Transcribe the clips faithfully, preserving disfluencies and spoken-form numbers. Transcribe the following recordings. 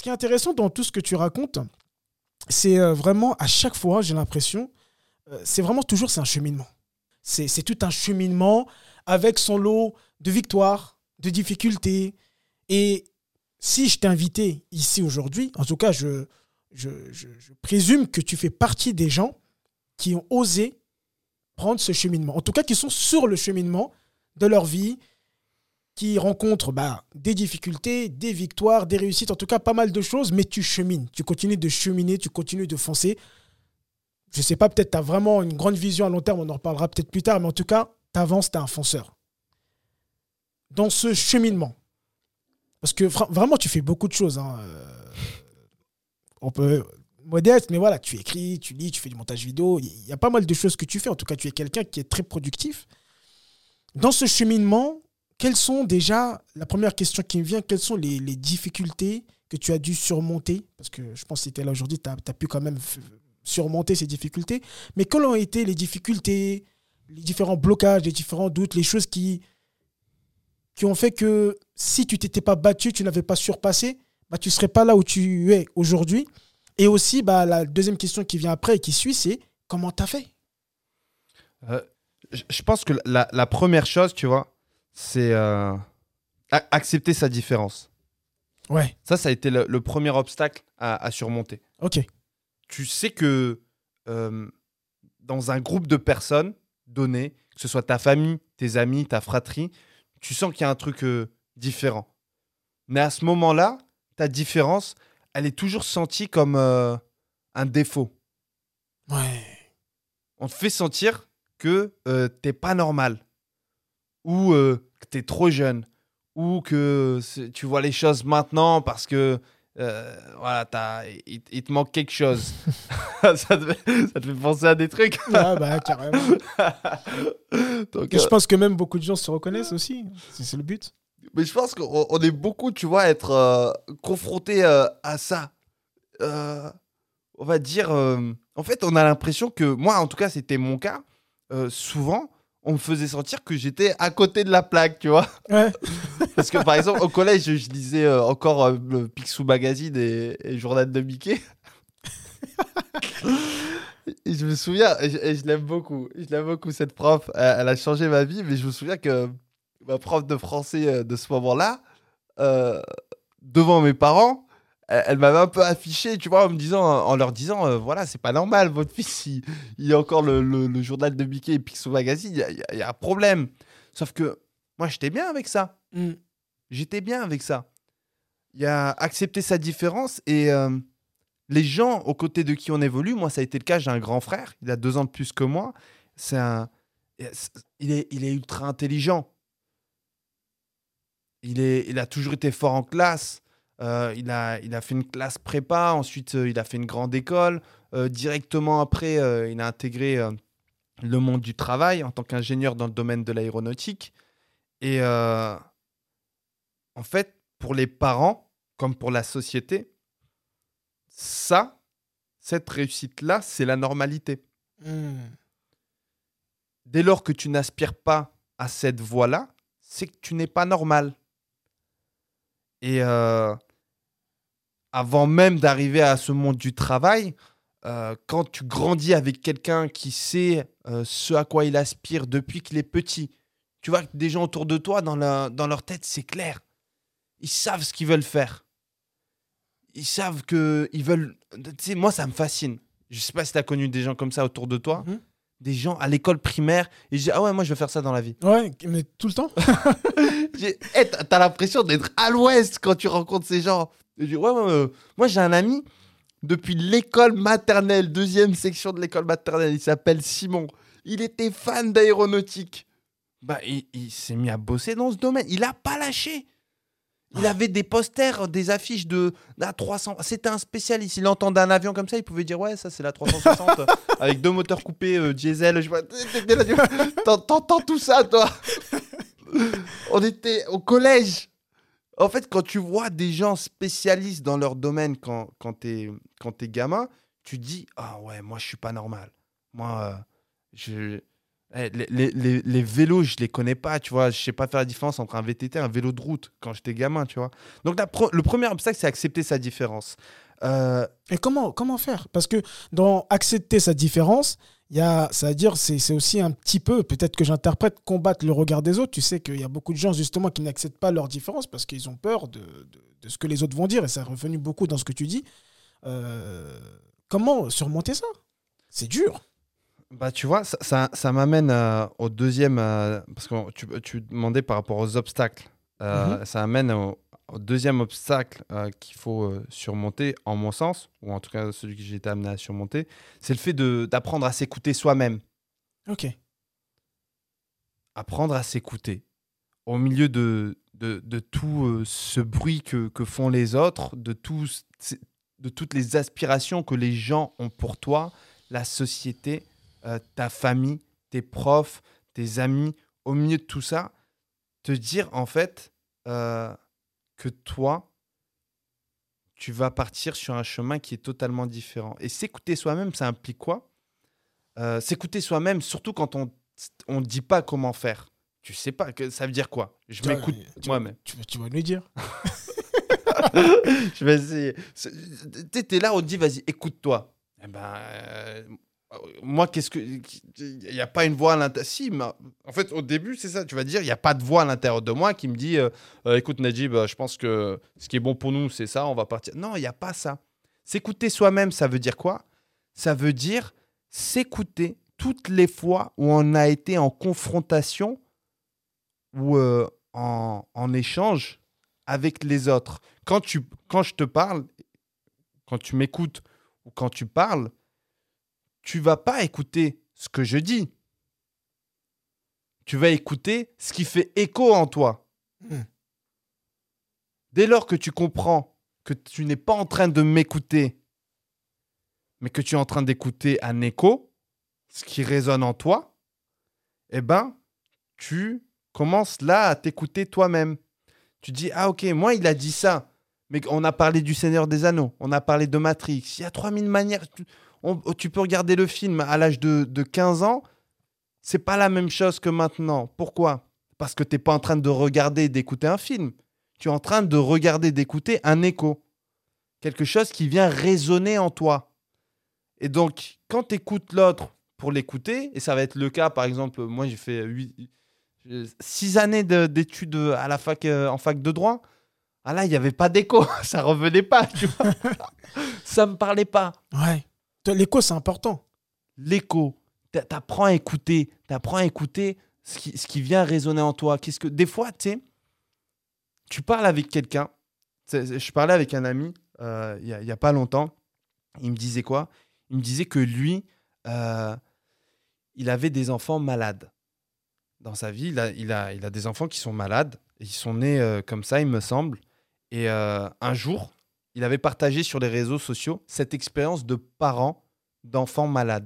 Ce qui est intéressant dans tout ce que tu racontes, c'est euh, vraiment, à chaque fois, j'ai l'impression, euh, c'est vraiment toujours, c'est un cheminement. C'est, c'est tout un cheminement avec son lot de victoires, de difficultés. Et si je t'ai invité ici aujourd'hui, en tout cas, je, je, je, je présume que tu fais partie des gens qui ont osé prendre ce cheminement. En tout cas, qui sont sur le cheminement de leur vie, qui rencontrent bah, des difficultés, des victoires, des réussites, en tout cas pas mal de choses, mais tu chemines. Tu continues de cheminer, tu continues de foncer. Je ne sais pas, peut-être tu as vraiment une grande vision à long terme, on en reparlera peut-être plus tard, mais en tout cas, tu avances, tu es un fonceur. Dans ce cheminement, parce que fra- vraiment, tu fais beaucoup de choses. Hein. Euh, on peut... Modeste, mais voilà, tu écris, tu lis, tu fais du montage vidéo. Il y a pas mal de choses que tu fais. En tout cas, tu es quelqu'un qui est très productif. Dans ce cheminement, quelles sont déjà, la première question qui me vient, quelles sont les, les difficultés que tu as dû surmonter? Parce que je pense que si tu es là aujourd'hui, tu as pu quand même f- surmonter ces difficultés. Mais quelles ont été les difficultés, les différents blocages, les différents doutes, les choses qui, qui ont fait que si tu t'étais pas battu, tu n'avais pas surpassé, bah, tu ne serais pas là où tu es aujourd'hui. Et aussi, bah, la deuxième question qui vient après et qui suit, c'est comment tu as fait? Euh, je je pense que la, la première chose, tu vois, c'est euh, a- accepter sa différence. Ouais, Ça, ça a été le, le premier obstacle à, à surmonter. ok. Tu sais que euh, dans un groupe de personnes donné, que ce soit ta famille, tes amis, ta fratrie, tu sens qu'il y a un truc euh, différent. Mais à ce moment-là, ta différence, elle est toujours sentie comme euh, un défaut. Ouais. On te fait sentir que euh, t'es pas normal, ou euh, que t'es trop jeune, ou que c'est- tu vois les choses maintenant parce que euh, voilà, t'as, il, il te manque quelque chose. ça, te fait, ça te fait penser à des trucs. Ah bah carrément. Donc, Et je euh, pense que même beaucoup de gens se reconnaissent aussi. C'est c'est le but. mais je pense qu'on on est beaucoup, tu vois, à être euh, confrontés euh, à ça. Euh, on va dire, euh, en fait, on a l'impression que, moi, en tout cas, c'était mon cas. euh, souvent, on me faisait sentir que j'étais à côté de la plaque, tu vois. Ouais. Parce que, par exemple, au collège, je lisais euh, encore euh, le Picsou Magazine et, et Journal de Mickey. Et je me souviens, et je, et je l'aime beaucoup, je l'aime beaucoup, cette prof. Elle, elle a changé ma vie, mais je me souviens que ma prof de français euh, de ce moment-là, euh, devant mes parents, elle, elle m'avait un peu affiché, tu vois, en me disant, en leur disant, euh, voilà, c'est pas normal, votre fils, il, il a encore le, le- le journal de Mickey et Picsou Magazine, il y a, il y a- il y a un problème. Sauf que moi, j'étais bien avec ça. Mm. J'étais bien avec ça. Il y a accepter sa différence et euh, les gens aux côtés de qui on évolue. Moi, ça a été le cas. J'ai un grand frère. Il a deux ans de plus que moi. C'est un, il est, il est ultra intelligent. Il est, il a toujours été fort en classe. Euh, il a, il a fait une classe prépa. Ensuite, euh, il a fait une grande école. Euh, directement après, euh, il a intégré euh, le monde du travail en tant qu'ingénieur dans le domaine de l'aéronautique. Et euh, en fait, pour les parents, comme pour la société, ça, cette réussite-là, c'est la normalité. Mm. Dès lors que tu n'aspires pas à cette voie-là, c'est que tu n'es pas normal. Et euh, avant même d'arriver à ce monde du travail, euh, quand tu grandis avec quelqu'un qui sait euh, ce à quoi il aspire depuis qu'il est petit, tu vois que des gens autour de toi, dans, la- dans leur tête, c'est clair. Ils savent ce qu'ils veulent faire. Ils savent que ils veulent. Tu sais, moi, ça me fascine. Je sais pas si tu as connu des gens comme ça autour de toi, Mhm. des gens à l'école primaire, et je dis, ah ouais, moi, je veux faire ça dans la vie. Ouais, mais tout le temps. J'ai- Eh, t'as t'as l'impression d'être à l'ouest quand tu rencontres ces gens. Je dis, ouais, ouais, ouais. Moi, j'ai un ami depuis l'école maternelle, deuxième section de l'école maternelle, il s'appelle Simon. Il était fan d'aéronautique. Bah, il, il s'est mis à bosser dans ce domaine. Il a pas lâché. Il avait des posters, des affiches de la trois cents. C'était un spécialiste. Il entendait un avion comme ça, il pouvait dire ouais, ça c'est la trois cent soixante avec deux moteurs coupés euh, diesel. Je vois- T'en- T'entends tout ça, toi? On était au collège. En fait, quand tu vois des gens spécialistes dans leur domaine quand, quand t'es quand t'es gamin, tu te dis ah ouais, moi je suis pas normal. Moi, euh, je Eh, les, les, les, les vélos, je les connais pas, tu vois. Je sais pas faire la différence entre un V T T et un vélo de route quand j'étais gamin, tu vois. Donc, la pro- le premier obstacle, c'est accepter sa différence. Euh, Et comment, comment faire? Parce que dans accepter sa différence, il y a, ça veut dire, c'est, c'est aussi un petit peu, peut-être que j'interprète, combattre le regard des autres. Tu sais qu'il y a beaucoup de gens, justement, qui n'acceptent pas leur différence parce qu'ils ont peur de, de, de ce que les autres vont dire. Et ça est revenu beaucoup dans ce que tu dis. Euh, comment surmonter ça? C'est dur. Bah, tu vois, ça, ça, ça m'amène euh, au deuxième. euh, parce que tu, tu demandais par rapport aux obstacles. Euh, Mhm. Ça amène au, au deuxième obstacle euh, qu'il faut euh, surmonter, en mon sens, ou en tout cas celui que j'ai été amené à surmonter. C'est le fait de, d'apprendre à s'écouter soi-même. Ok. Apprendre à s'écouter. Au milieu de, de, de tout euh, ce bruit que, que font les autres, de, tout, c- de toutes les aspirations que les gens ont pour toi, la société, euh, ta famille, tes profs, tes amis, au milieu de tout ça, te dire en fait euh, que toi, tu vas partir sur un chemin qui est totalement différent. Et s'écouter soi-même, ça implique quoi? Euh, S'écouter soi-même, surtout quand on ne dit pas comment faire. Tu sais pas, que, ça veut dire quoi? Je Tu vas, m'écoute tu vas, moi-même. tu vas, tu vas lui dire. Je vais essayer. C'est- Tu t'es là, on te dit, vas-y, écoute-toi. Eh ben, euh, moi, qu'est-ce que. Il n'y a pas une voix à l'intérieur. Si, mais en fait, au début, c'est ça. Tu vas dire, il n'y a pas de voix à l'intérieur de moi qui me dit, euh, Euh, écoute, Najib, euh, je pense que ce qui est bon pour nous, c'est ça, on va partir. Non, il n'y a pas ça. S'écouter soi-même, ça veut dire quoi? Ça veut dire s'écouter toutes les fois où on a été en confrontation ou euh, en, en échange avec les autres. Quand, tu, quand je te parle, quand tu m'écoutes ou quand tu parles, tu vas pas écouter ce que je dis. Tu vas écouter ce qui fait écho en toi. Hmm. Dès lors que tu comprends que tu n'es pas en train de m'écouter, mais que tu es en train d'écouter un écho, ce qui résonne en toi, eh ben, tu commences là à t'écouter toi-même. Tu dis, ah ok, moi il a dit ça, mais on a parlé du Seigneur des Anneaux, on a parlé de Matrix, il y a trois mille manières. Tu, on- tu peux regarder le film à l'âge de, de quinze ans, c'est pas la même chose que maintenant. Pourquoi? Parce que tu n'es pas en train de regarder et d'écouter un film. Tu es en train de regarder et d'écouter un écho. Quelque chose qui vient résonner en toi. Et donc, quand tu écoutes l'autre pour l'écouter, et ça va être le cas, par exemple, moi j'ai fait huit, six années de- d'études à la fac, euh, en fac de droit. Ah là, il n'y avait pas d'écho, ça revenait pas, tu vois. Ça me parlait pas. Ouais. L'écho, c'est important. L'écho, t'a- t'apprends à écouter, t'apprends à écouter ce qui, ce qui vient résonner en toi. Qu'est-ce que des fois, tu sais, tu parles avec quelqu'un. C'est- c'est- Je parlais avec un ami euh, il y, a il y a pas longtemps. Il me disait quoi? Il me disait que lui, euh, il avait des enfants malades. Dans sa vie, il a, il a, il a des enfants qui sont malades. Ils sont nés euh, comme ça, il me semble. Et euh, un jour, il avait partagé sur les réseaux sociaux cette expérience de parents d'enfants malades.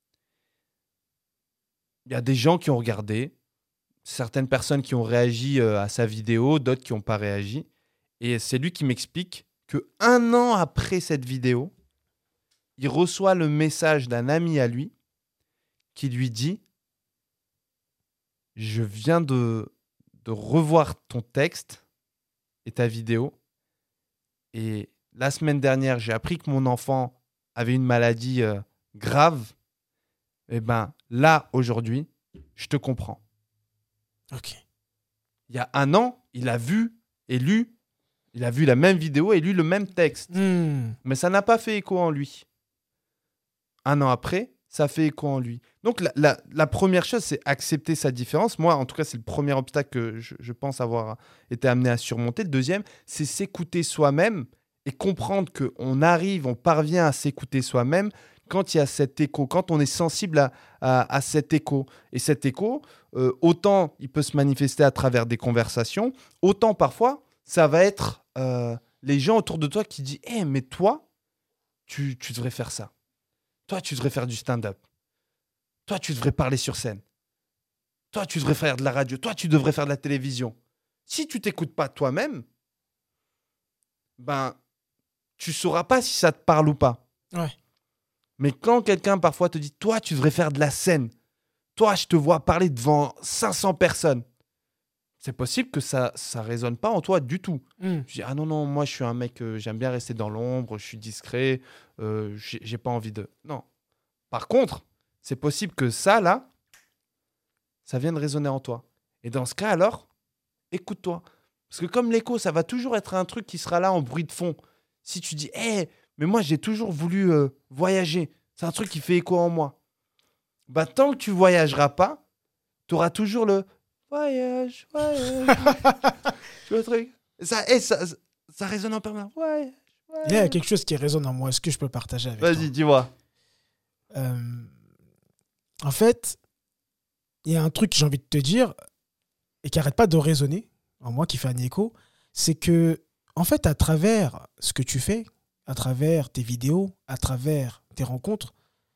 Il y a des gens qui ont regardé, certaines personnes qui ont réagi euh, à sa vidéo, d'autres qui n'ont pas réagi. Et c'est lui qui m'explique que un an après cette vidéo, il reçoit le message d'un ami à lui qui lui dit: je viens de, de revoir ton texte et ta vidéo. Et la semaine dernière, j'ai appris que mon enfant avait une maladie euh, grave. Et ben là, aujourd'hui, je te comprends. Ok. Il y a un an, il a vu et lu, il a vu la même vidéo et lu le même texte. Hmm. Mais ça n'a pas fait écho en lui. Un an après, ça fait écho en lui. Donc la, la- la première chose, c'est accepter sa différence. Moi, en tout cas, c'est le premier obstacle que je, je pense avoir été amené à surmonter. Le deuxième, c'est s'écouter soi-même et comprendre qu'on arrive, on parvient à s'écouter soi-même quand il y a cet écho, quand on est sensible à, à- à cet écho. Et cet écho, euh, autant il peut se manifester à travers des conversations, autant parfois, ça va être euh, les gens autour de toi qui disent: Eh, mais toi, tu, tu devrais faire ça. Toi, tu devrais faire du stand-up. Toi, tu devrais parler sur scène. Toi, tu devrais faire de la radio. Toi, tu devrais faire de la télévision. Si tu t'écoutes pas toi-même, ben, tu sauras pas si ça te parle ou pas. Ouais. Mais quand quelqu'un parfois te dit: toi, tu devrais faire de la scène. toi, je te vois parler devant cinq cents personnes. C'est possible que ça ne résonne pas en toi du tout. Mm. Je dis, ah non, non, moi, je suis un mec, euh, j'aime bien rester dans l'ombre, je suis discret, euh, j'ai j'ai pas envie de... Non. Par contre, c'est possible que ça, là, ça vienne résonner en toi. Et dans ce cas, alors, écoute-toi. Parce que comme l'écho, ça va toujours être un truc qui sera là en bruit de fond. Si tu dis, hé, hey, mais moi, j'ai toujours voulu euh, voyager. C'est un truc qui fait écho en moi. Bah, tant que tu voyageras pas, tu auras toujours le voyage, voyage. Tu vois le truc ça, hey, ça, ça, ça résonne en permanence. Voyage, voyage. Il y a quelque chose qui résonne en moi. Est-ce que je peux partager avec toi? Vas-y, dis-moi. Euh, en fait, il y a un truc que j'ai envie de te dire et qui n'arrête pas de résonner en moi, qui fait un écho. C'est que, en fait, à travers ce que tu fais, à travers tes vidéos, à travers tes rencontres,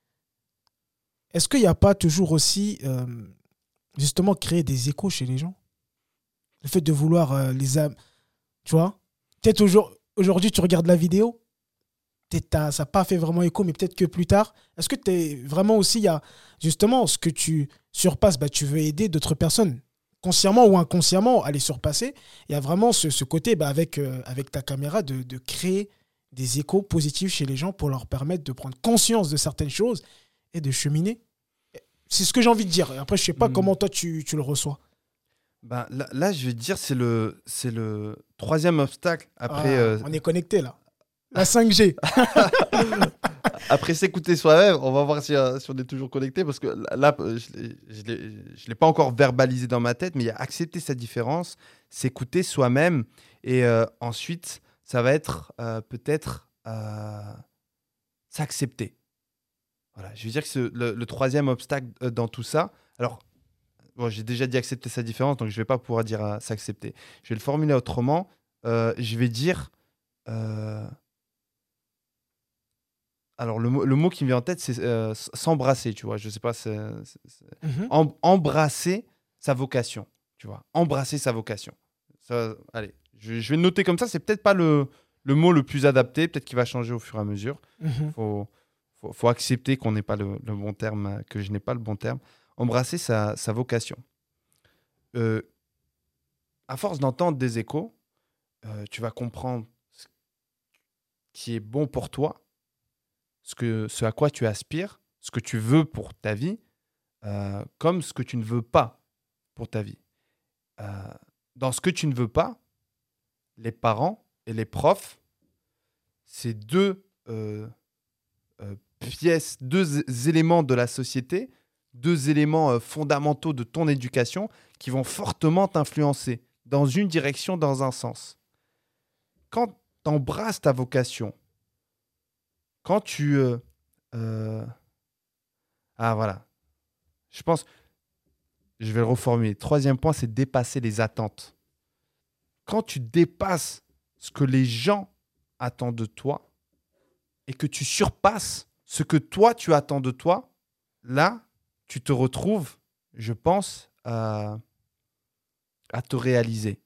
est-ce qu'il n'y a pas toujours aussi, euh, justement, créer des échos chez les gens? Le fait de vouloir euh, les âmes, tu vois? Peut-être aujourd- aujourd'hui, tu regardes la vidéo, peut-être t'as- ça n'a pas fait vraiment écho, mais peut-être que plus tard, est-ce que tu es vraiment aussi, il y a justement ce que tu surpasses, bah, tu veux aider d'autres personnes, consciemment ou inconsciemment, à les surpasser. Il y a vraiment ce, ce côté, bah, avec, euh, avec ta caméra, de, de créer des échos positifs chez les gens pour leur permettre de prendre conscience de certaines choses et de cheminer. C'est ce que j'ai envie de dire. Après, je ne sais pas Mmh. comment toi, tu, tu le reçois. Ben, là, là, je vais te dire, c'est le, c'est le troisième obstacle après, Ah, euh, on est connecté là. La cinq G. après s'écouter soi-même. On va voir si, euh, si on est toujours connecté parce que là, euh, je ne l'ai pas encore verbalisé dans ma tête, mais il y a accepter sa différence, s'écouter soi-même et euh, ensuite, ça va être euh, peut-être euh, s'accepter. Voilà, je veux dire que c'est le, le troisième obstacle euh, dans tout ça. Alors, bon, j'ai déjà dit accepter sa différence, donc je ne vais pas pouvoir dire euh, s'accepter. Je vais le formuler autrement. Euh, je vais dire... euh, Alors, le mot, le mot qui me vient en tête, c'est euh, s- s'embrasser, tu vois. Je sais pas, c'est, c'est- c'est- Mhm. em- embrasser sa vocation, tu vois. Embrasser sa vocation. Ça, allez, je, je vais le noter comme ça. C'est peut-être pas le, le mot le plus adapté. Peut-être qu'il va changer au fur et à mesure. Mhm. Faut, faut, faut accepter qu'on n'ait pas le, le bon terme, euh, que je n'ai pas le bon terme. Embrasser sa, sa vocation. Euh, à force d'entendre des échos, euh, tu vas comprendre ce qui est bon pour toi, ce, que, ce à quoi tu aspires, ce que tu veux pour ta vie, euh, comme ce que tu ne veux pas pour ta vie. Euh, dans ce que tu ne veux pas, les parents et les profs, c'est deux euh, euh, pièces, deux é- éléments de la société, deux éléments euh, fondamentaux de ton éducation qui vont fortement t'influencer dans une direction, dans un sens. Quand tu embrasses ta vocation, quand tu... euh, euh, ah voilà, je pense, je vais le reformuler. Troisième point, c'est dépasser les attentes. Quand tu dépasses ce que les gens attendent de toi et que tu surpasses ce que toi, tu attends de toi, là, tu te retrouves, je pense, à, à te réaliser.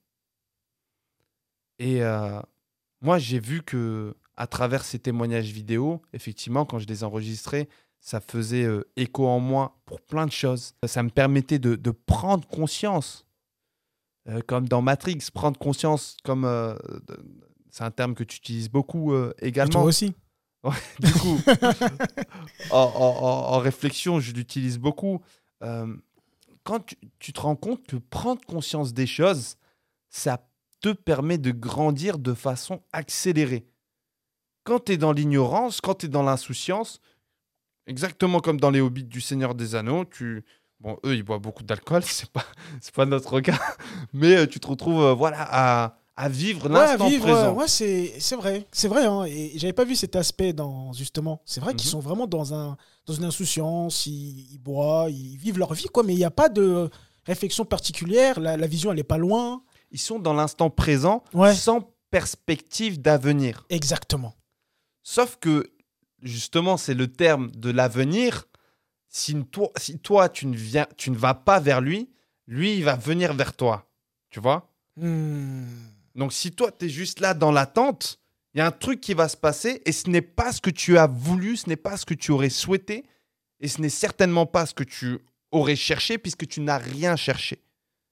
Et euh, moi, j'ai vu que à travers ces témoignages vidéo, effectivement, quand je les enregistrais, ça faisait euh, écho en moi pour plein de choses. Ça me permettait de, de prendre conscience, euh, comme dans Matrix, prendre conscience, comme euh, de- c'est un terme que tu utilises beaucoup euh, Et toi également. aussi. Du coup, en, en- en- en réflexion, je l'utilise beaucoup. Euh, quand tu, tu te rends compte que prendre conscience des choses, ça te permet de grandir de façon accélérée. Quand tu es dans l'ignorance, quand tu es dans l'insouciance, exactement comme dans les Hobbits du Seigneur des Anneaux, tu... Bon, eux, ils boivent beaucoup d'alcool, c'est pas, c'est pas notre cas, mais euh, tu te retrouves euh, voilà, à, à vivre Ouais, l'instant vivre, présent. ouais, c'est, c'est vrai. C'est vrai, hein, et j'avais pas vu cet aspect dans, justement. C'est vrai qu'ils Mhm. sont vraiment dans, un, dans une insouciance, ils, ils boivent, ils vivent leur vie, quoi, mais il n'y a pas de réflexion particulière, la, la vision, elle est pas loin. Ils sont dans l'instant présent, Ouais. sans perspective d'avenir. Exactement. Sauf que, justement, c'est le terme de l'avenir. Si toi, si toi tu, ne viens, tu ne vas pas vers lui, lui, il va venir vers toi. Tu vois? Hmm. Donc, si toi, tu es juste là dans l'attente, il y a un truc qui va se passer et ce n'est pas ce que tu as voulu, ce n'est pas ce que tu aurais souhaité et ce n'est certainement pas ce que tu aurais cherché puisque tu n'as rien cherché.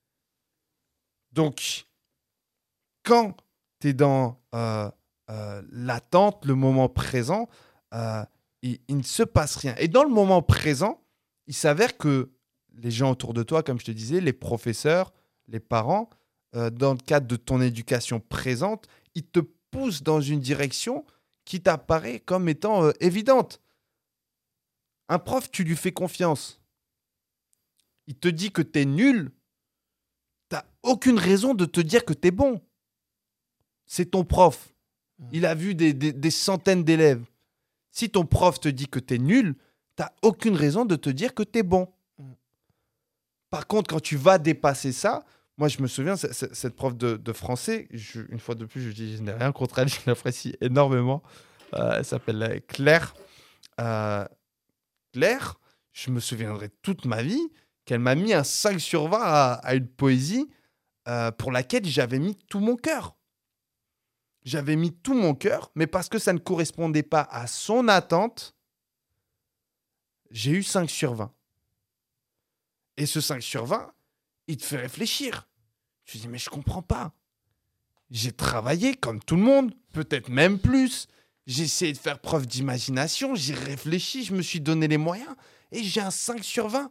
Donc, quand tu es dans euh, euh, l'attente, le moment présent, euh, il, il ne se passe rien. Et dans le moment présent, il s'avère que les gens autour de toi, comme je te disais, les professeurs, les parents, euh, dans le cadre de ton éducation présente, ils te poussent dans une direction qui t'apparaît comme étant euh, évidente. Un prof, tu lui fais confiance. Il te dit que tu es nul. Tu n'as aucune raison de te dire que tu es bon. C'est ton prof. Il a vu des, des, des centaines d'élèves. Si ton prof te dit que tu es nul, tu n'as aucune raison de te dire que tu es bon. Par contre, quand tu vas dépasser ça, moi je me souviens, c- c- cette prof de, de français, je- une fois de plus, je dis, je n'ai rien contre elle, je l'apprécie énormément. Euh, elle s'appelle euh, Claire. Euh, Claire, je me souviendrai toute ma vie qu'elle m'a mis un cinq sur vingt à, à une poésie euh, pour laquelle j'avais mis tout mon cœur. J'avais mis tout mon cœur, mais parce que ça ne correspondait pas à son attente, j'ai eu cinq sur vingt. Et ce cinq sur vingt, il te fait réfléchir. Je me dis, mais je comprends pas. J'ai travaillé comme tout le monde, peut-être même plus. J'ai essayé de faire preuve d'imagination, j'ai réfléchi, je me suis donné les moyens et j'ai un cinq sur vingt.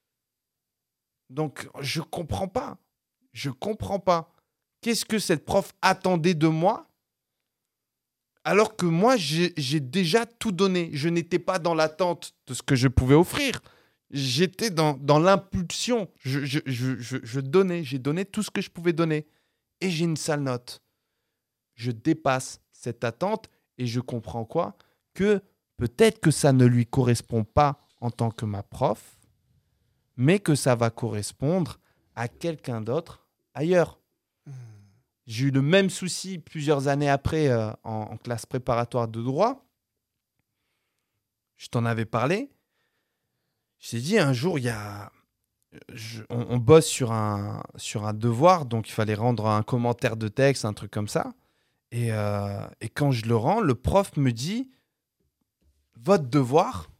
Donc, je comprends pas. Je comprends pas. Qu'est-ce que cette prof attendait de moi alors que moi, j'ai, j'ai déjà tout donné. Je n'étais pas dans l'attente de ce que je pouvais offrir. J'étais dans, dans l'impulsion. Je, je, je, je, je donnais, j'ai donné tout ce que je pouvais donner. Et j'ai une sale note. Je dépasse cette attente et je comprends quoi? Que peut-être que ça ne lui correspond pas en tant que ma prof, mais que ça va correspondre à quelqu'un d'autre ailleurs. J'ai eu le même souci plusieurs années après euh, en, en classe préparatoire de droit. Je t'en avais parlé. Je t'ai dit, un jour, il y a... je- on, on bosse sur un, sur un devoir, donc il fallait rendre un commentaire de texte, un truc comme ça. Et, euh, et quand je le rends, le prof me dit, votre devoir,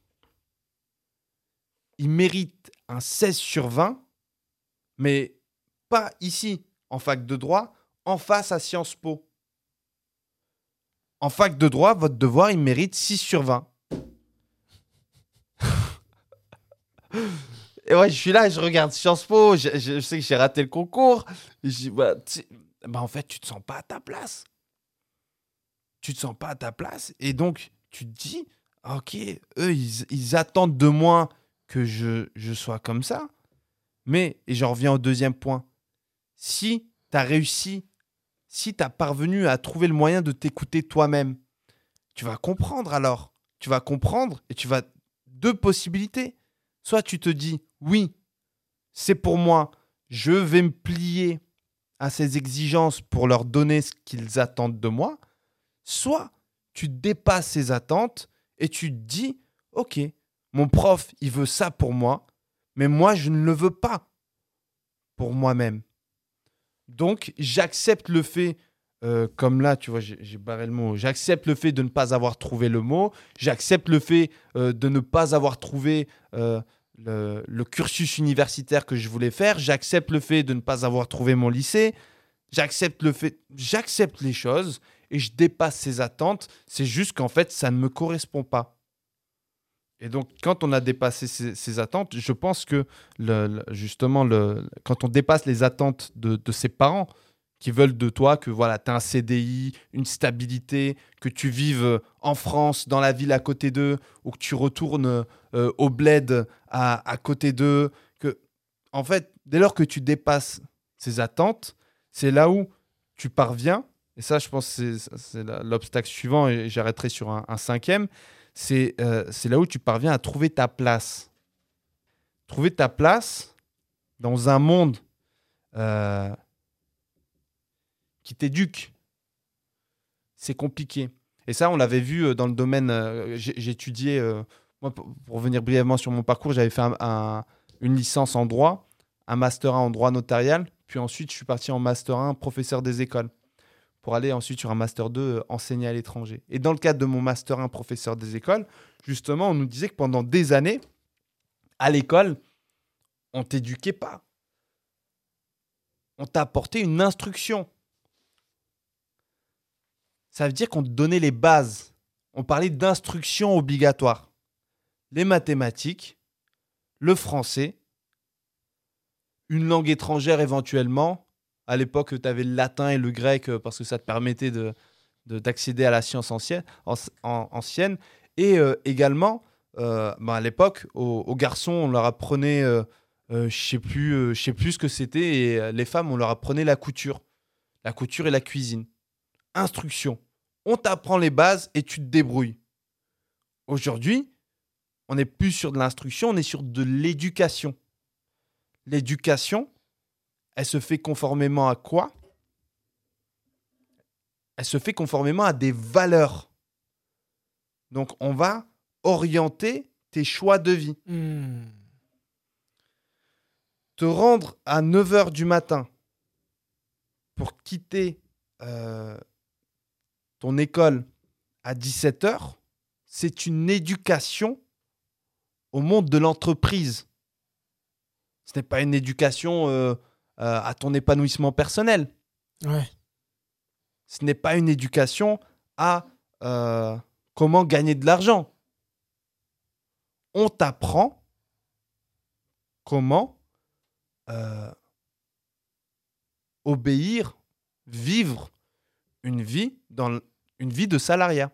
il mérite un seize sur vingt, mais pas ici, en fac de droit, en face à Sciences Po. En fac de droit, votre devoir, il mérite six sur vingt. Et ouais, je suis là, je regarde Sciences Po, je, je- je sais que j'ai raté le concours. Et je dis, bah, tu sais, bah, en fait, tu te sens pas à ta place. Tu te sens pas à ta place. Et donc, tu te dis, ok, eux, ils, ils attendent de moi que je, je sois comme ça. Mais, et j'en reviens au deuxième point, si tu as réussi, si tu as parvenu à trouver le moyen de t'écouter toi-même, tu vas comprendre alors. Tu vas comprendre et tu vas... Deux possibilités. Soit tu te dis, oui, c'est pour moi, je vais me plier à ces exigences pour leur donner ce qu'ils attendent de moi. Soit tu dépasses ces attentes et tu te dis, ok, mon prof, il veut ça pour moi, mais moi, je ne le veux pas pour moi-même. Donc, j'accepte le fait, euh, comme là, tu vois, j'ai, j'ai barré le mot, j'accepte le fait de ne pas avoir trouvé le mot, j'accepte le fait euh, de ne pas avoir trouvé euh, le, le cursus universitaire que je voulais faire, j'accepte le fait de ne pas avoir trouvé mon lycée, j'accepte le fait, j'accepte les choses et je dépasse ces attentes, c'est juste qu'en fait, ça ne me correspond pas. Et donc, quand on a dépassé ces, ces attentes, je pense que le, le- justement, le, quand on dépasse les attentes de, de ses parents qui veulent de toi que voilà, tu as un C D I, une stabilité, que tu vives en France, dans la ville à côté d'eux, ou que tu retournes euh, au bled à, à côté d'eux, que, en fait, dès lors que tu dépasses ces attentes, c'est là où tu parviens, et ça, je pense que c'est, c'est la- l'obstacle suivant, et j'arrêterai sur un, un cinquième, c'est euh, c'est là où tu parviens à trouver ta place. Trouver ta place dans un monde euh, qui t'éduque, c'est compliqué. Et ça, on l'avait vu euh, dans le domaine. euh, j'ai, j'ai étudié, euh, moi, pour, pour revenir brièvement sur mon parcours, j'avais fait un- un- une licence en droit, un master un en droit notarial, puis ensuite, je suis parti en master un professeur des écoles, pour aller ensuite sur un master deux euh, enseigner à l'étranger. Et dans le cadre de mon master un professeur des écoles, justement, on nous disait que pendant des années, à l'école, on t'éduquait pas. On t'a apporté une instruction. Ça veut dire qu'on te donnait les bases. On parlait d'instruction obligatoire. Les mathématiques, le français, une langue étrangère éventuellement. À l'époque, tu avais le latin et le grec parce que ça te permettait de, de, d'accéder à la science ancienne. En, en, ancienne. Et euh, également, euh, bah à l'époque, aux, aux garçons, on leur apprenait, euh, euh, je sais plus, euh, je sais plus ce que c'était, et euh, les femmes, on leur apprenait la couture. La couture et la cuisine. Instruction. On t'apprend les bases et tu te débrouilles. Aujourd'hui, on n'est plus sur de l'instruction, on est sur de l'éducation. L'éducation, elle se fait conformément à quoi ? Elle se fait conformément à des valeurs. Donc, on va orienter tes choix de vie. Mmh. Te rendre à neuf heures du matin pour quitter euh, ton école à dix-sept heures, c'est une éducation au monde de l'entreprise. Ce n'est pas une éducation euh, euh, à ton épanouissement personnel. Ouais. Ce n'est pas une éducation à euh, comment gagner de l'argent. On t'apprend comment euh, obéir, vivre une vie dans une vie de salariat.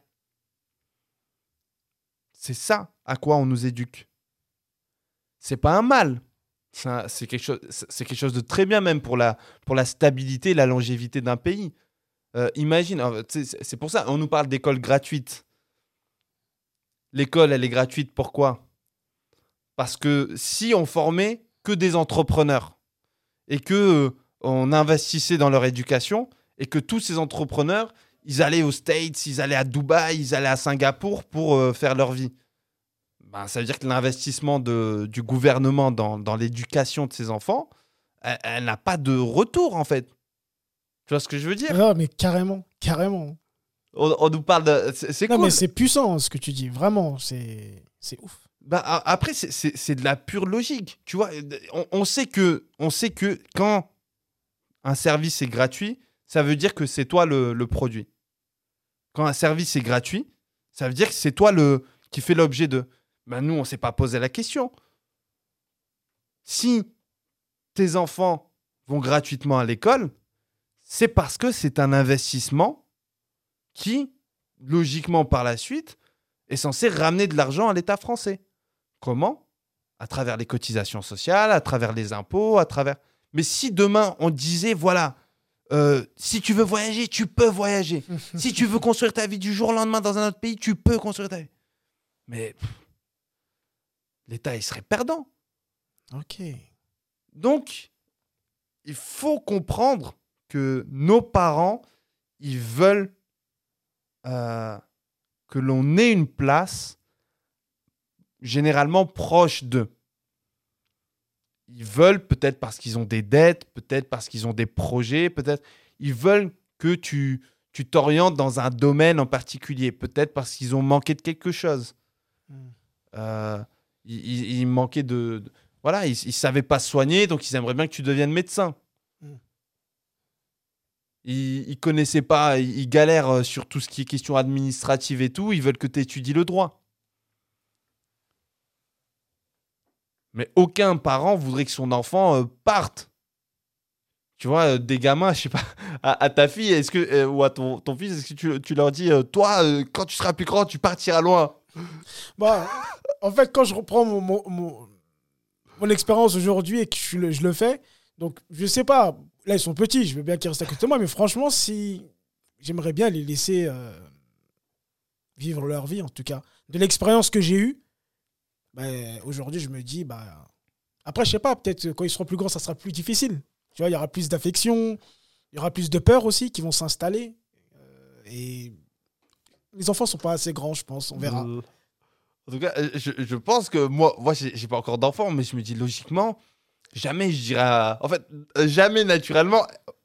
C'est ça à quoi on nous éduque. C'est pas un mal. C'est, un, c'est, quelque chose, c'est quelque chose de très bien même pour la, pour la stabilité et la longévité d'un pays. Euh, imagine, c'est, c'est pour ça on nous parle d'école gratuite. L'école, elle est gratuite, pourquoi ? Parce que si on formait que des entrepreneurs et que euh, on investissait dans leur éducation et que tous ces entrepreneurs, ils allaient aux States, ils allaient à Dubaï, ils allaient à Singapour pour euh, faire leur vie. Ben, ça veut dire que l'investissement de, du gouvernement dans, dans l'éducation de ses enfants, elle, elle n'a pas de retour, en fait. Tu vois ce que je veux dire ? Ah, mais carrément, carrément. On, on nous parle de... C'est, c'est non, cool. mais c'est puissant ce que tu dis. Vraiment, c'est, c'est ouf. Ben, après, c'est, c'est, c'est de la pure logique. Tu vois, on, on, sait que, on sait que quand un service est gratuit, ça veut dire que c'est toi le, le produit. Quand un service est gratuit, ça veut dire que c'est toi le, qui fait l'objet de... Ben nous, on ne s'est pas posé la question. Si tes enfants vont gratuitement à l'école, c'est parce que c'est un investissement qui, logiquement par la suite, est censé ramener de l'argent à l'État français. Comment ? À travers les cotisations sociales, à travers les impôts, à travers... Mais si demain, on disait, voilà, euh, si tu veux voyager, tu peux voyager. Si tu veux construire ta vie du jour au lendemain dans un autre pays, tu peux construire ta vie. Mais pff, l'État, il serait perdant. Ok. Donc, il faut comprendre que nos parents, ils veulent euh, que l'on ait une place généralement proche d'eux. Ils veulent, peut-être parce qu'ils ont des dettes, peut-être parce qu'ils ont des projets, peut-être ils veulent que tu, tu t'orientes dans un domaine en particulier, peut-être parce qu'ils ont manqué de quelque chose. Mm. Euh, ils, ils manquaient de... de voilà, ils ne savaient pas se soigner, donc ils aimeraient bien que tu deviennes médecin. Mm. Ils ne connaissaient pas, ils, ils galèrent sur tout ce qui est question administrative et tout, ils veulent que tu étudies le droit. Mais aucun parent voudrait que son enfant euh, parte. Tu vois, euh, des gamins, je sais pas, à, à ta fille, est-ce que, euh, ou à ton, ton fils, est-ce que tu, tu leur dis, euh, toi, euh, quand tu seras plus grand, tu partiras loin ? Bah, en fait, quand je reprends mon, mon, mon, mon expérience aujourd'hui et que je le, je le fais, donc je sais pas, là ils sont petits, je veux bien qu'ils restent à côté de moi, mais franchement, si j'aimerais bien les laisser euh, vivre leur vie, en tout cas. De l'expérience que j'ai eue, ben, aujourd'hui, je me dis, bah, après, je sais pas, peut-être quand ils seront plus grands, ça sera plus difficile. Tu vois, il y aura plus d'affection, il y aura plus de peur aussi qui vont s'installer. Euh, et les enfants sont pas assez grands, je pense, on verra. Euh, en tout cas, je, je pense que moi, moi j'ai, j'ai pas encore d'enfants, mais je me dis logiquement, jamais je dirais. À... En fait, jamais naturellement,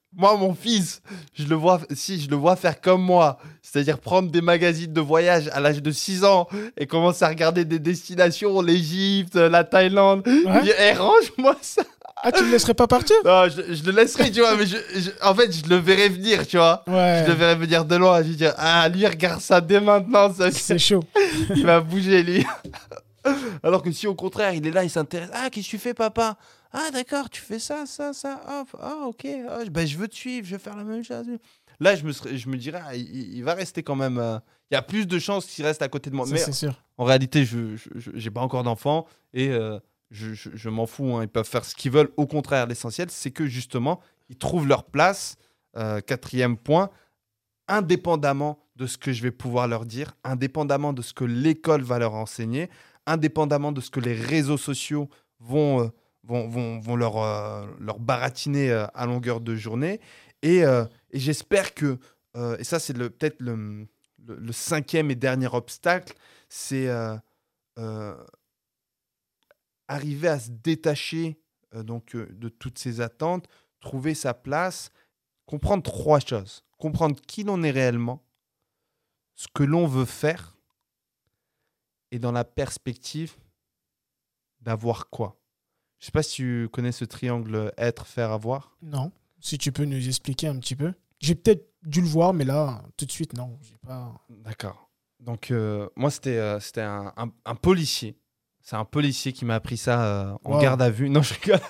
Moi, mon fils, je le vois, si je le vois faire comme moi, c'est-à-dire prendre des magazines de voyage à l'âge de six ans et commencer à regarder des destinations, l'Égypte, la Thaïlande. Je Ouais. dis, hey, range-moi ça. Ah, tu le laisserais pas partir? Non, je, je le laisserai, tu vois, mais je, je- en fait, je le verrai venir, tu vois. Ouais. Je le verrai venir de loin. Je vais dire, ah, lui, regarde ça dès maintenant, ça, C'est chaud. il va bouger, lui. Alors que si au contraire, il est là, il s'intéresse. Ah, qu'est-ce que tu fais, papa? Ah, d'accord, tu fais ça, ça, ça. Ah, f- ah, ok. Ah, ben, je veux te suivre, je vais faire la même chose. Là, je me, serais- je me dirais, ah, il, il va rester quand même. euh, Il y a plus de chances qu'il reste à côté de moi. Ça, Mais c'est sûr. en réalité, je n'ai pas encore d'enfant et euh, je, je- je m'en fous. Hein. Ils peuvent faire ce qu'ils veulent. Au contraire, l'essentiel, c'est que justement, ils trouvent leur place. Euh, quatrième point, indépendamment de ce que je vais pouvoir leur dire, indépendamment de ce que l'école va leur enseigner, indépendamment de ce que les réseaux sociaux vont, euh, vont, vont, vont leur, euh, leur baratiner euh, à longueur de journée. Et, euh, et j'espère que, euh, et ça c'est le, peut-être le, le, le cinquième et dernier obstacle, c'est euh, euh, arriver à se détacher euh, donc, euh, de toutes ces attentes, trouver sa place, comprendre trois choses. Comprendre qui l'on est réellement, ce que l'on veut faire, et dans la perspective d'avoir quoi. Je sais pas si tu connais ce triangle être, faire, avoir. Non. Si tu peux nous expliquer un petit peu. J'ai peut-être dû le voir, mais là, tout de suite, non. J'ai pas... D'accord. Donc, euh, moi, c'était euh, c'était un, un, un policier. C'est un policier qui m'a appris ça euh, en Wow. garde à vue. Non, je rigole.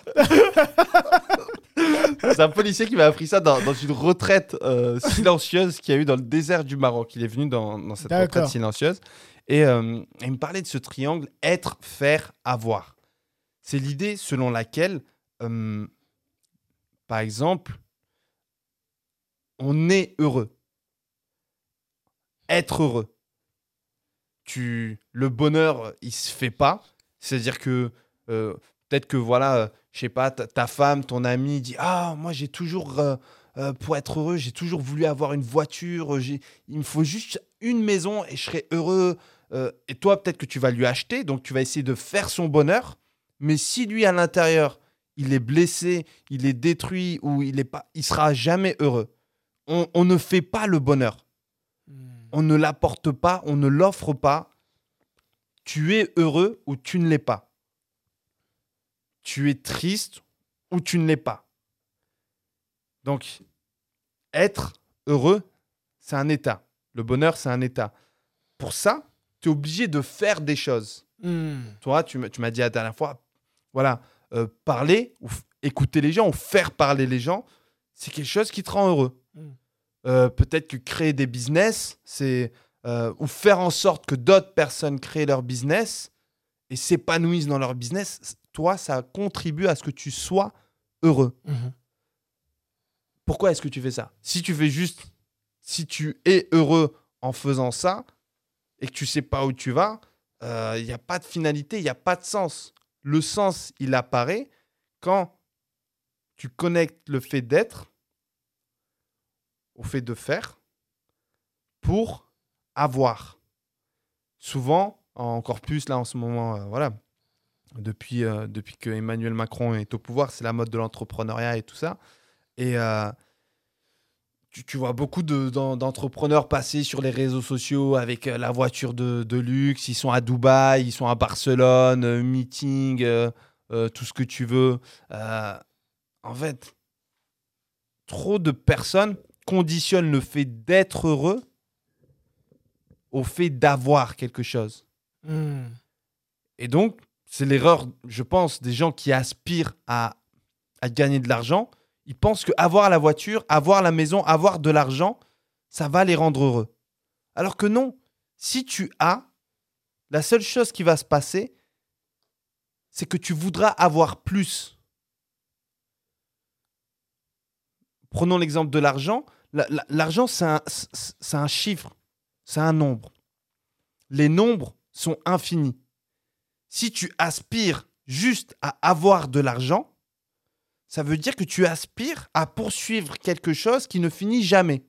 C'est un policier qui m'a appris ça dans, dans une retraite euh, silencieuse qu'il y a eu dans le désert du Maroc. Il est venu dans, dans cette D'accord. retraite silencieuse. Et euh, il me parlait de ce triangle être, faire, avoir. C'est l'idée selon laquelle, euh, par exemple, on est heureux. Être heureux. Tu, le bonheur, il se fait pas. C'est-à-dire que euh, peut-être que voilà, euh, je sais pas, ta, ta femme, ton ami dit ah moi j'ai toujours euh, euh, pour être heureux, j'ai toujours voulu avoir une voiture. J'ai, il me faut juste une maison et je serai heureux. Euh, et toi peut-être que tu vas lui acheter, donc tu vas essayer de faire son bonheur. Mais si lui à l'intérieur il est blessé, il est détruit ou il est pas, il sera jamais heureux. On, on ne fait pas le bonheur. On ne l'apporte pas, on ne l'offre pas. Tu es heureux ou tu ne l'es pas. Tu es triste ou tu ne l'es pas. Donc, être heureux, c'est un état. Le bonheur, c'est un état. Pour ça, tu es obligé de faire des choses. Hmm. Toi, tu m'as tu m'as dit la dernière fois, voilà, euh, parler, ou f- écouter les gens, ou faire parler les gens, c'est quelque chose qui te rend heureux. Mm. Euh, peut-être que créer des business, c'est euh, ou faire en sorte que d'autres personnes créent leur business et s'épanouissent dans leur business. c- Toi, ça contribue à ce que tu sois heureux. Mhm. Pourquoi est-ce que tu fais ça? Si tu fais juste, si tu es heureux en faisant ça et que tu sais pas où tu vas, il n'y a pas de finalité, il n'y a pas de sens. Le sens, il apparaît quand tu connectes le fait d'être au fait de faire pour avoir. Souvent, encore plus là en ce moment, euh, voilà, depuis, euh, depuis que Emmanuel Macron est au pouvoir, c'est la mode de l'entrepreneuriat et tout ça. Et euh, tu, tu vois beaucoup de- d'en- d'entrepreneurs passer sur les réseaux sociaux avec euh, la voiture de, de luxe. Ils sont à Dubaï, ils sont à Barcelone, euh, meeting, euh, euh, tout ce que tu veux. Euh, en fait, trop de personnes conditionnent le fait d'être heureux au fait d'avoir quelque chose. Hmm. Et donc, c'est l'erreur, je pense, des gens qui aspirent à, à gagner de l'argent. Ils pensent qu'avoir la voiture, avoir la maison, avoir de l'argent, ça va les rendre heureux. Alors que non, si tu as, la seule chose qui va se passer, c'est que tu voudras avoir plus. Prenons l'exemple de l'argent. La- la- L'argent, c'est un, c'est- c'est un chiffre, c'est un nombre. Les nombres sont infinis. Si tu aspires juste à avoir de l'argent, ça veut dire que tu aspires à poursuivre quelque chose qui ne finit jamais.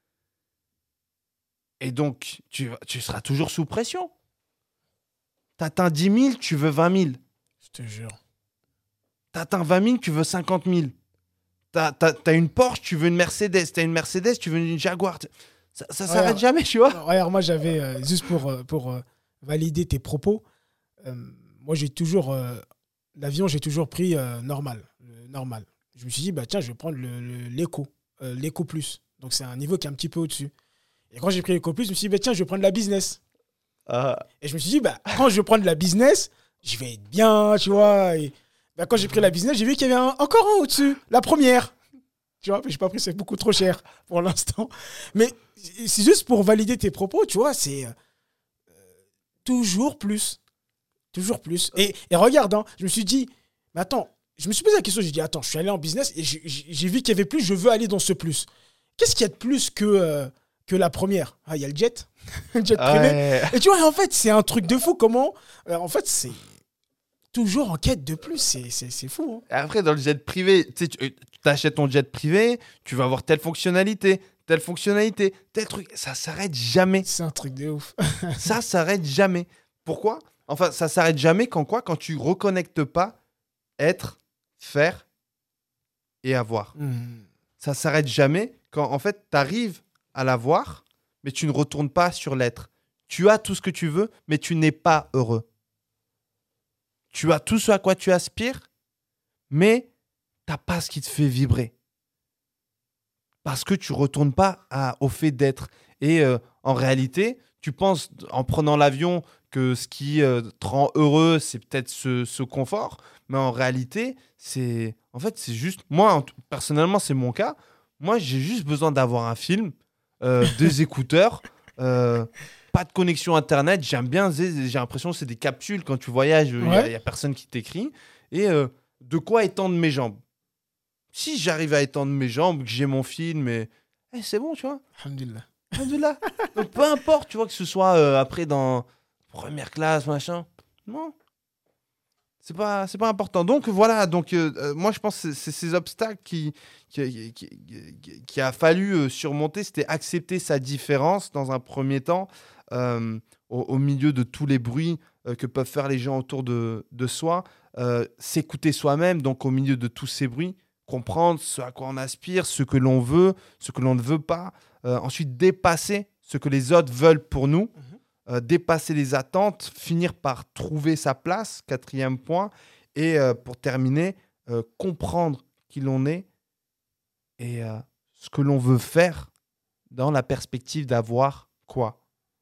Et donc, tu, tu seras toujours sous pression. Tu atteins dix mille, tu veux vingt mille. Je te jure. Tu atteins vingt mille, tu veux cinquante mille. T'as, t'as, t'as une Porsche, tu veux une Mercedes. T'as une Mercedes, tu veux une Jaguar. Ça, ça Ouais, s'arrête ouais. jamais, tu vois. Regarde, moi, j'avais, euh, juste pour, euh, pour euh, valider tes propos, euh, moi, j'ai toujours, euh, l'avion, j'ai toujours pris euh, normal, le normal. Je me suis dit, bah tiens, je vais prendre le, le- l'éco, euh, l'éco plus. Donc, c'est un niveau qui est un petit peu au-dessus. Et quand j'ai pris l'éco plus, je me suis dit, bah tiens, je vais prendre la business. Ah. Et je me suis dit, bah, quand je vais prendre la business, je vais être bien, tu vois. Et bah, quand j'ai pris la business, j'ai vu qu'il y avait un- encore un au-dessus, la première. Tu vois, mais j'ai pas pris, c'est beaucoup trop cher pour l'instant. Mais c'est juste pour valider tes propos, tu vois, c'est euh, toujours plus. Toujours plus. Et, et regarde, hein, je me suis dit, mais attends, je me suis posé la question, j'ai dit, attends, je suis allé en business et j'ai, j'ai j'ai vu qu'il y avait plus, je veux aller dans ce plus. Qu'est-ce qu'il y a de plus que, euh, que la première? Ah, il y a le jet, le jet privé. Ouais. Et tu vois, en fait, c'est un truc de fou. Comment euh, En fait, c'est toujours en quête de plus. C'est, c'est, c'est fou. Hein. Après, dans le jet privé, tu sais, tu tu t'achètes ton jet privé, tu vas avoir telle fonctionnalité, telle fonctionnalité, tel truc. Ça s'arrête jamais. C'est un truc de ouf. Ça s'arrête jamais. Pourquoi? Enfin, ça s'arrête jamais quand quoi? Quand tu reconnectes pas être, faire et avoir. Hmm. Ça s'arrête jamais quand en fait tu arrives à l'avoir, mais tu ne retournes pas sur l'être. Tu as tout ce que tu veux, mais tu n'es pas heureux. Tu as tout ce à quoi tu aspires, mais t'as pas ce qui te fait vibrer. Parce que tu retournes pas à- au fait d'être. Et euh, en réalité, tu penses en prenant l'avion que ce qui euh, te rend heureux, c'est peut-être ce, ce confort. Mais en réalité, c'est en fait, c'est juste. Moi, en tout- personnellement, c'est mon cas. Moi, j'ai juste besoin d'avoir un film, euh, des écouteurs, euh, pas de connexion Internet. J'aime bien, j'ai j'ai l'impression que c'est des capsules. Quand tu voyages, il n'y a, Ouais. y a personne qui t'écrit. Et euh, de quoi étendre mes jambes. Si j'arrive à étendre mes jambes, que j'ai mon film, et eh, c'est bon, tu vois. Alhamdulillah. Alhamdoulilah. Donc peu importe, tu vois, que ce soit euh, après dans première classe, machin. Non, c'est pas, c'est pas important. Donc voilà, donc euh, euh, moi je pense que c'est c'est ces obstacles qui, qui, qui, qui- qui a fallu euh, surmonter, c'était accepter sa différence dans un premier temps, euh, au, au milieu de tous les bruits euh, que peuvent faire les gens autour de, de soi, euh, s'écouter soi-même, donc au milieu de tous ces bruits, comprendre ce à quoi on aspire, ce que l'on veut, ce que l'on ne veut pas, euh, ensuite dépasser ce que les autres veulent pour nous, Mhm. euh, dépasser les attentes, finir par trouver sa place, quatrième point, et euh, pour terminer, euh, comprendre qui l'on est et euh, ce que l'on veut faire dans la perspective d'avoir quoi?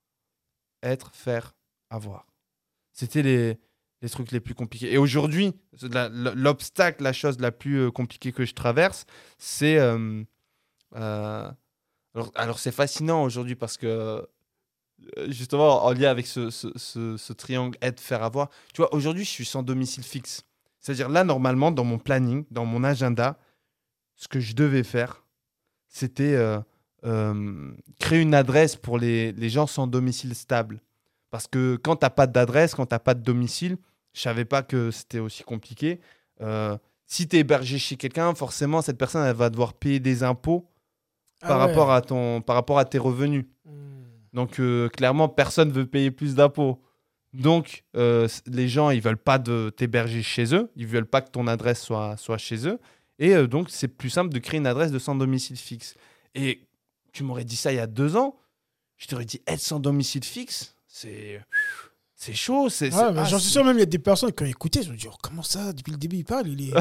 Être, faire, avoir. C'était les, les trucs les plus compliqués. Et aujourd'hui, la- la- l'obstacle, la chose la plus euh, compliquée que je traverse, c'est... euh, euh, alors, alors c'est fascinant aujourd'hui parce que euh, justement, en lien avec ce, ce, ce- ce triangle être, faire, avoir, tu vois, aujourd'hui, je suis sans domicile fixe. C'est-à-dire là, normalement, dans mon planning, dans mon agenda, ce que je devais faire, c'était euh, euh, créer une adresse pour les, les gens sans domicile stable. Parce que quand tu n'as pas d'adresse, quand tu n'as pas de domicile, je savais pas que c'était aussi compliqué. Euh, si tu es hébergé chez quelqu'un, forcément, cette personne, elle va devoir payer des impôts Ah par ouais. rapport à ton, par rapport à tes revenus. Hmm. Donc, euh, clairement, personne veut payer plus d'impôts. Donc, euh, c- les gens, ils veulent pas de t'héberger chez eux. Ils veulent pas que ton adresse soit, soit chez eux. Et euh, donc, c'est plus simple de créer une adresse de sans domicile fixe. Et tu m'aurais dit ça il y a deux ans. Je t'aurais dit, être sans domicile fixe, c'est c'est chaud. C'est, c'est- Ouais, mais ah, j'en suis c'est- sûr, même il y a des personnes qui ont écouté, ils se sont dit, oh, comment ça, depuis le début, il parle, il est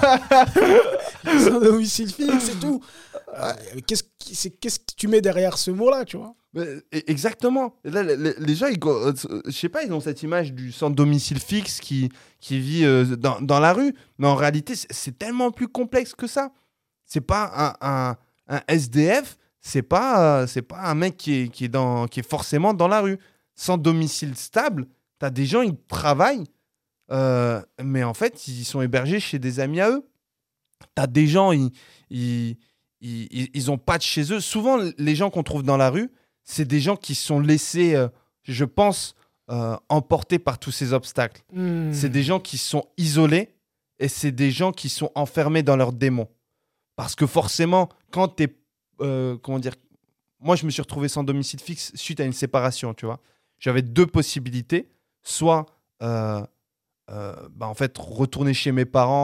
il est sans domicile fixe et tout. Euh, qu'est-ce, qui- c'est, qu'est-ce que tu mets derrière ce mot-là, tu vois? Mais, e- exactement. Et là, les, les- les gens, ils, go- euh, je sais pas, ils ont cette image du sans domicile fixe qui, qui vit euh, dans, dans la rue. Mais en réalité, c'est, c'est tellement plus complexe que ça. C'est pas un, un, un S D F, c'est pas, euh, c'est pas un mec qui est, qui, est dans, qui est forcément dans la rue. Sans domicile stable, tu as des gens, ils travaillent, euh, mais en fait, ils sont hébergés chez des amis à eux. Tu as des gens, ils, ils, ils, ils- ils ont pas de chez eux. Souvent, les gens qu'on trouve dans la rue, c'est des gens qui sont laissés, euh, je pense, euh, emportés par tous ces obstacles. Hmm. C'est des gens qui sont isolés et c'est des gens qui sont enfermés dans leurs démons. Parce que forcément, quand tu es. Comment dire? Moi, je me suis retrouvé sans domicile fixe suite à une séparation, tu vois. J'avais deux possibilités. Soit, euh, euh, bah, en fait, retourner chez mes parents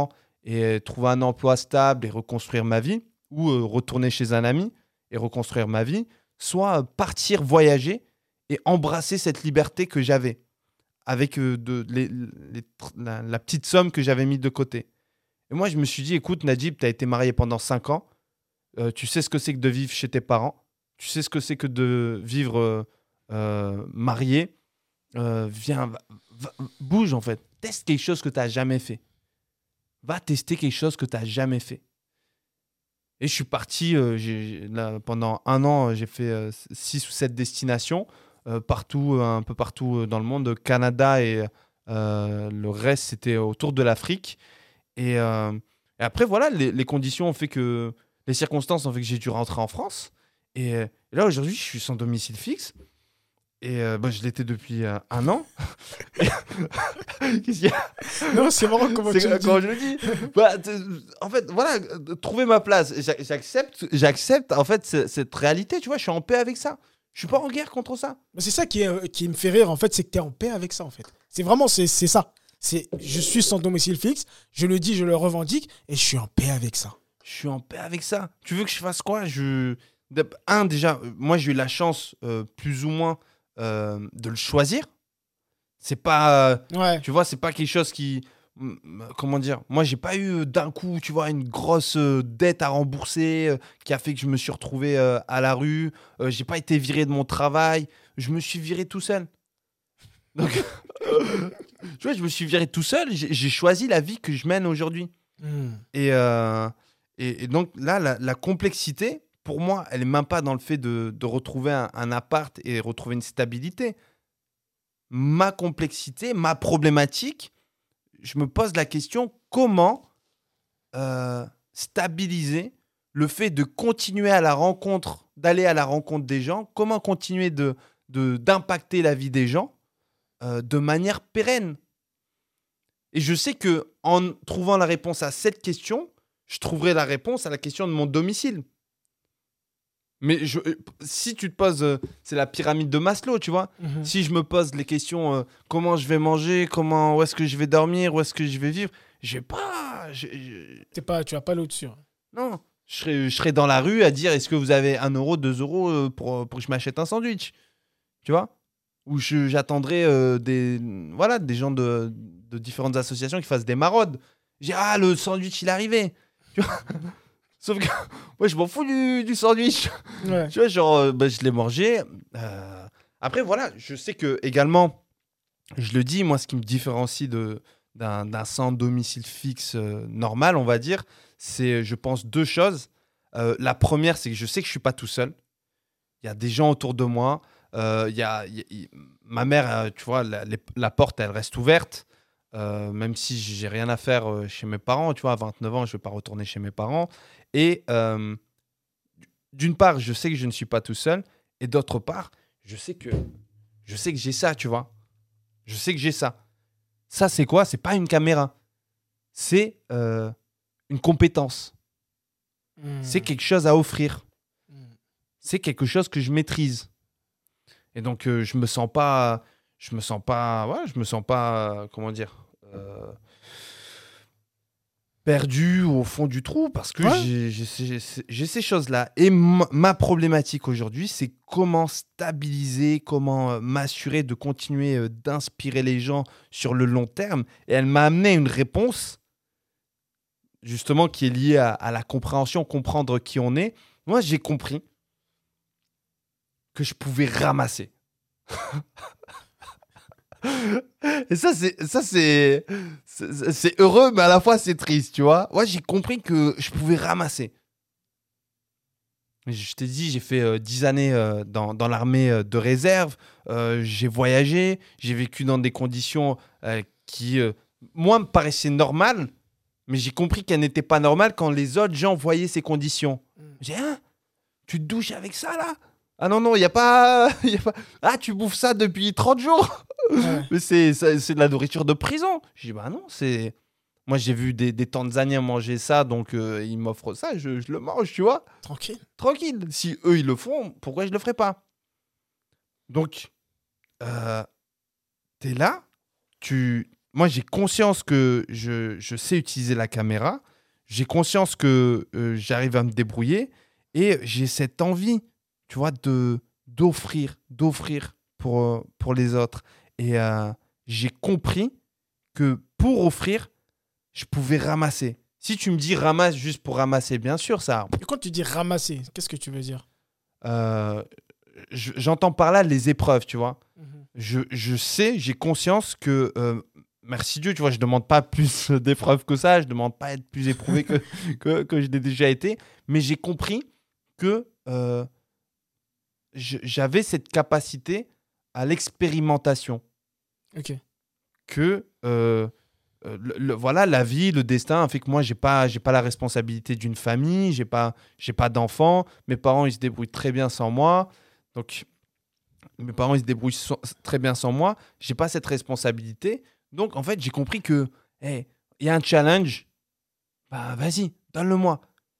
et trouver un emploi stable et reconstruire ma vie, ou euh, retourner chez un ami et reconstruire ma vie, soit euh, partir voyager et embrasser cette liberté que j'avais avec euh, de, les- les tr- la, la petite somme que j'avais mise de côté. Et moi, je me suis dit, écoute, Najib, tu as été marié pendant cinq ans, euh, tu sais ce que c'est que de vivre chez tes parents, tu sais ce que c'est que de vivre euh, euh, marié. Euh, viens, va- va- bouge en fait. Teste quelque chose que tu n'as jamais fait. Va tester quelque chose que tu n'as jamais fait. Et je suis parti, euh, j'ai- là, pendant un an, j'ai fait euh, six ou sept destinations, euh, partout, euh, un peu partout euh, dans le monde, Canada et euh, le reste, c'était autour de l'Afrique. Et, euh, et après, voilà, les, les conditions ont fait que, les circonstances ont fait que j'ai dû rentrer en France. Et, euh, et là, aujourd'hui, je suis sans domicile fixe. Et euh, bah, je l'étais depuis euh, un an. Qu'est-ce qu'il y a? Non, c'est marrant comment C'est tu le dis. quand je le dis. Bah, t- en fait, voilà, euh, trouver ma place. J'a- J'accepte, j'accepte en fait ce- cette réalité, tu vois, je suis en paix avec ça. Je suis pas en guerre contre ça. Mais c'est ça qui, est, euh, qui me fait rire, en fait, c'est que tu es en paix avec ça, en fait. C'est vraiment, c'est c'est ça. C'est, je suis sans domicile fixe, je le dis, je le revendique, et je suis en paix avec ça. Je suis en paix avec ça. Tu veux que je fasse quoi? Je... Un, déjà, euh, moi, j'ai eu la chance, euh, plus ou moins, euh, de le choisir. C'est pas... euh, Ouais. Tu vois, c'est pas quelque chose qui... mm, Comment dire? Moi, j'ai pas eu euh, d'un coup, tu vois, une grosse euh, dette à rembourser euh, qui a fait que je me suis retrouvé euh, à la rue. Euh, j'ai pas été viré de mon travail. Je me suis viré tout seul. Donc, tu vois, je me suis viré tout seul. J'ai j'ai choisi la vie que je mène aujourd'hui. Hmm. Et, euh, et, et donc là, la, la complexité, pour moi, elle n'est même pas dans le fait de, de retrouver un, un appart et retrouver une stabilité. Ma complexité, ma problématique, je me pose la question, comment euh, stabiliser le fait de continuer à la rencontre, d'aller à la rencontre des gens, comment continuer de, de, d'impacter la vie des gens euh, de manière pérenne. Et je sais que en trouvant la réponse à cette question, je trouverai la réponse à la question de mon domicile. Mais je, euh, si tu te poses, euh, c'est la pyramide de Maslow, tu vois. Mhm. Si je me pose les questions, euh, comment je vais manger, comment, où est-ce que je vais dormir, où est-ce que je vais vivre, j'ai pas, j'ai- j'ai- T'es pas, tu as pas l'eau dessus. non, je serais, je serais dans la rue à dire, est-ce que vous avez un euro, deux euros euh, pour, pour que je m'achète un sandwich, tu vois? Ou je- j'attendrai euh, des, voilà, des gens de, de différentes associations qui fassent des maraudes. J'ai ah, le sandwich il est arrivé. Tu vois. Sauf que moi je m'en fous du, du sandwich. Ouais. Tu vois, genre, euh, bah, je l'ai mangé. Euh, Après, voilà, je sais que également, je le dis, moi, ce qui me différencie de, d'un, d'un sans domicile fixe euh, normal, on va dire, c'est, je pense, deux choses. Euh, la première, c'est que je sais que je suis pas tout seul. Il y a des gens autour de moi. Euh, il y a, il y a- il- ma mère, euh, tu vois, la, les- la porte, elle reste ouverte. Euh, même si j'ai rien à faire euh, chez mes parents, tu vois, à vingt-neuf ans, je vais pas retourner chez mes parents. Et euh, d'une part, je sais que je ne suis pas tout seul. Et d'autre part, je sais que, je sais que j'ai ça, tu vois. Je sais que j'ai ça. Ça, c'est quoi? C'est pas une caméra. C'est euh, une compétence. Hmm. C'est quelque chose à offrir. Hmm. C'est quelque chose que je maîtrise. Et donc, euh, je me sens pas, je me sens pas, ouais, je me sens pas, euh, comment dire, euh, perdu au fond du trou parce que Ouais. j'ai, j'ai ces- j'ai ces choses-là. Et m- ma problématique aujourd'hui, c'est comment stabiliser, comment euh, m'assurer de continuer euh, d'inspirer les gens sur le long terme. Et elle m'a amené une réponse, justement, qui est liée à, à la compréhension, comprendre qui on est. Moi, j'ai compris que je pouvais ramasser. Et ça, c'est, ça c'est, c'est, c'est heureux, mais à la fois, c'est triste, tu vois. Moi, j'ai compris que je pouvais ramasser. Je t'ai dit, j'ai fait euh, dix années euh, dans, dans l'armée euh, de réserve. Euh, j'ai voyagé. J'ai vécu dans des conditions euh, qui, euh, moi, me paraissaient normales. Mais j'ai compris qu'elles n'étaient pas normales quand les autres gens voyaient ces conditions. J'ai dit, hein, tu te douches avec ça, là? Ah non, non, il n'y a pas... y a pas... Ah, tu bouffes ça depuis trente jours? Ouais. Mais c'est, c'est c'est de la nourriture de prison. Je dis, bah non, c'est... Moi, j'ai vu des, des Tanzaniens manger ça, donc euh, ils m'offrent ça, je, je le mange, tu vois. Tranquille. Tranquille. Si eux, ils le font, pourquoi je le ferais pas? Donc, euh, t'es là, tu... moi, j'ai conscience que je, je sais utiliser la caméra. J'ai conscience que euh, j'arrive à me débrouiller. Et j'ai cette envie, tu vois, de, d'offrir, d'offrir pour, euh, pour les autres. Et euh, j'ai compris que pour offrir, je pouvais ramasser. Si tu me dis ramasse juste pour ramasser, bien sûr, ça... Et quand tu dis ramasser, qu'est-ce que tu veux dire? Euh, je- j'entends par là les épreuves, tu vois. Mhm. Je, je sais, j'ai conscience que, euh, merci Dieu, tu vois, je demande pas plus d'épreuves que ça, je demande pas être plus éprouvé que, que, que je l'ai déjà été, mais j'ai compris que euh, je- j'avais cette capacité à l'expérimentation, Ok. que euh, euh, le- le- voilà, la vie, le destin a fait que moi, j'ai pas, j'ai pas la responsabilité d'une famille, j'ai pas, j'ai pas d'enfants, mes parents, ils se débrouillent très bien sans moi, donc mes parents, ils se débrouillent so- très bien sans moi, j'ai pas cette responsabilité, donc en fait, j'ai compris que, hey, il y a un challenge, bah vas-y, donne-le-moi.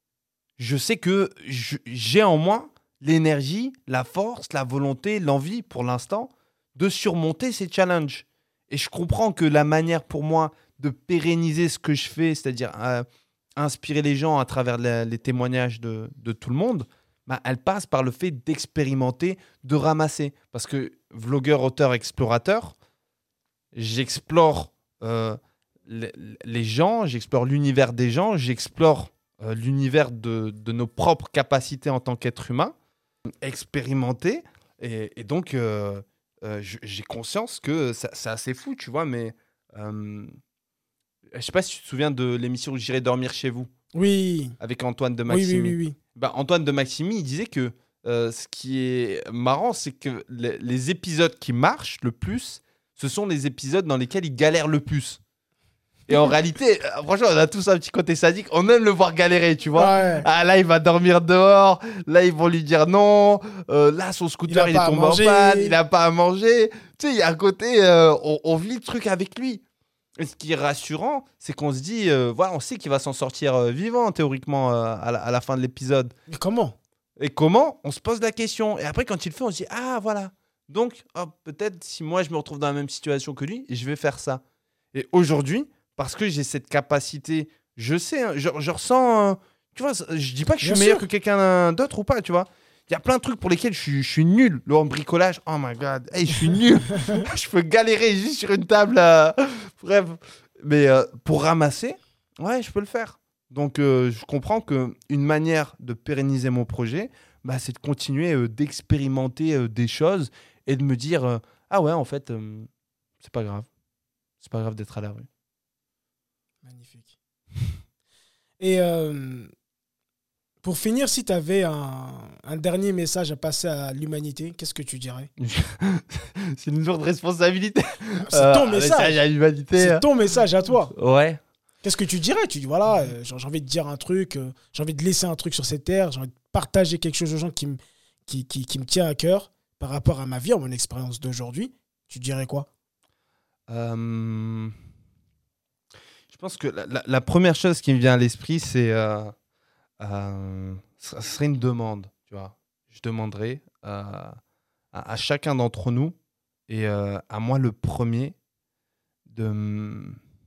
Je sais que je- j'ai en moi l'énergie, la force, la volonté, l'envie, pour l'instant, de surmonter ces challenges. Et je comprends que la manière pour moi de pérenniser ce que je fais, c'est-à-dire euh, inspirer les gens à travers la- les témoignages de, de tout le monde, bah, elle passe par le fait d'expérimenter, de ramasser. Parce que vlogueur, auteur, explorateur, j'explore euh, les, les gens, j'explore l'univers des gens, j'explore euh, l'univers de, de nos propres capacités en tant qu'être humain, expérimenter. Et, et donc, euh, euh, je- j'ai conscience que ça- c'est assez fou, tu vois, mais euh, je sais pas si tu te souviens de l'émission J'irai dormir chez vous Oui. avec Antoine de Oui, oui, oui, Maximi. oui. Bah, Antoine de Maximi, il disait que euh, ce qui est marrant, c'est que les, les épisodes qui marchent le plus, ce sont les épisodes dans lesquels il galère le plus. Et en réalité, euh, franchement, on a tous un petit côté sadique. On aime le voir galérer, tu vois. Ouais. Ah, là, il va dormir dehors. Là, ils vont lui dire non. Euh, là, son Il scooter, a il, pas est à tombé en manger. panne. Il n'a pas à manger. Tu sais, il y a un côté, euh, on, on vit le truc avec lui. Et ce qui est rassurant, c'est qu'on se dit, euh, voilà, on sait qu'il va s'en sortir euh, vivant, théoriquement, euh, à, la, à la fin de l'épisode. Mais comment? Et comment? On se pose la question. Et après, quand il le fait, on se dit, ah, voilà. Donc, oh, peut-être si moi, je me retrouve dans la même situation que lui, je vais faire ça. Et aujourd'hui, parce que j'ai cette capacité, je sais, hein, je, je ressens, euh, tu vois, je dis pas que je suis Bien meilleur sûr. que quelqu'un d'autre ou pas, tu vois. Il y a plein de trucs pour lesquels je suis, je suis nul. Le bricolage, oh my god, hey, je suis nul. Je peux galérer juste sur une table. euh, Bref. Mais euh, pour ramasser, ouais, je peux le faire. Donc, euh, je comprends qu'une manière de pérenniser mon projet, bah, c'est de continuer euh, d'expérimenter euh, des choses et de me dire, euh, ah ouais, en fait, euh, c'est pas grave. C'est pas grave d'être à la rue. Magnifique. Et euh, pour finir, si tu avais un, un dernier message à passer à l'humanité, qu'est-ce que tu dirais? C'est une lourde responsabilité. C'est Euh, ton un message. à l'humanité. C'est ton message à toi. Ouais. Qu'est-ce que tu dirais? Tu dis, voilà, euh, j'ai j'ai envie de dire un truc, euh, j'ai envie de laisser un truc sur cette terre, j'ai envie de partager quelque chose aux gens qui, me- qui, qui, qui me tient à cœur par rapport à ma vie, à mon expérience d'aujourd'hui. Tu dirais quoi? Euh, Je pense que la, la- la première chose qui me vient à l'esprit, c'est. Euh, euh, ce serait une demande, tu vois. Je demanderais euh, à, à chacun d'entre nous, et euh, à moi le premier, de,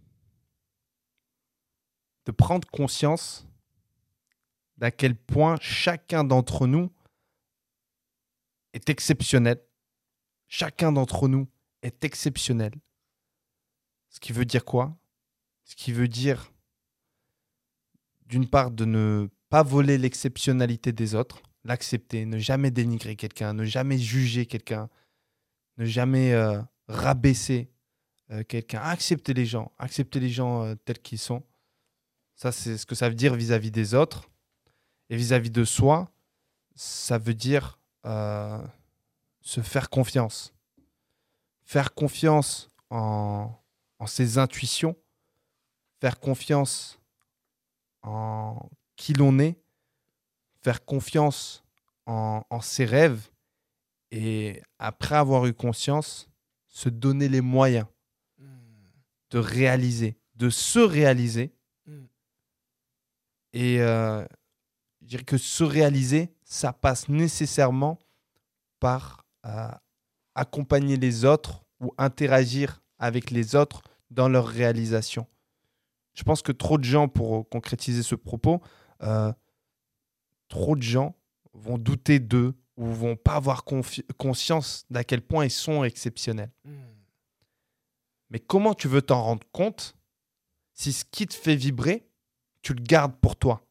de prendre conscience d'à quel point chacun d'entre nous est exceptionnel. Chacun d'entre nous est exceptionnel. Ce qui veut dire quoi? Ce qui veut dire, d'une part, de ne pas voler l'exceptionnalité des autres, l'accepter, ne jamais dénigrer quelqu'un, ne jamais juger quelqu'un, ne jamais euh, rabaisser euh, quelqu'un, accepter les gens, accepter les gens euh, tels qu'ils sont. Ça, c'est ce que ça veut dire vis-à-vis des autres. Et vis-à-vis de soi, ça veut dire euh, se faire confiance. Faire confiance en, en ses intuitions, faire confiance en qui l'on est, faire confiance en, en ses rêves, et après avoir eu conscience, se donner les moyens de réaliser, de se réaliser. Mm. Et euh, je dirais que se réaliser, ça passe nécessairement par euh, accompagner les autres ou interagir avec les autres dans leur réalisation. Je pense que trop de gens, pour concrétiser ce propos, euh, trop de gens vont douter d'eux ou vont pas avoir confi- conscience d'à quel point ils sont exceptionnels. Mm. Mais comment tu veux t'en rendre compte si ce qui te fait vibrer, tu le gardes pour toi?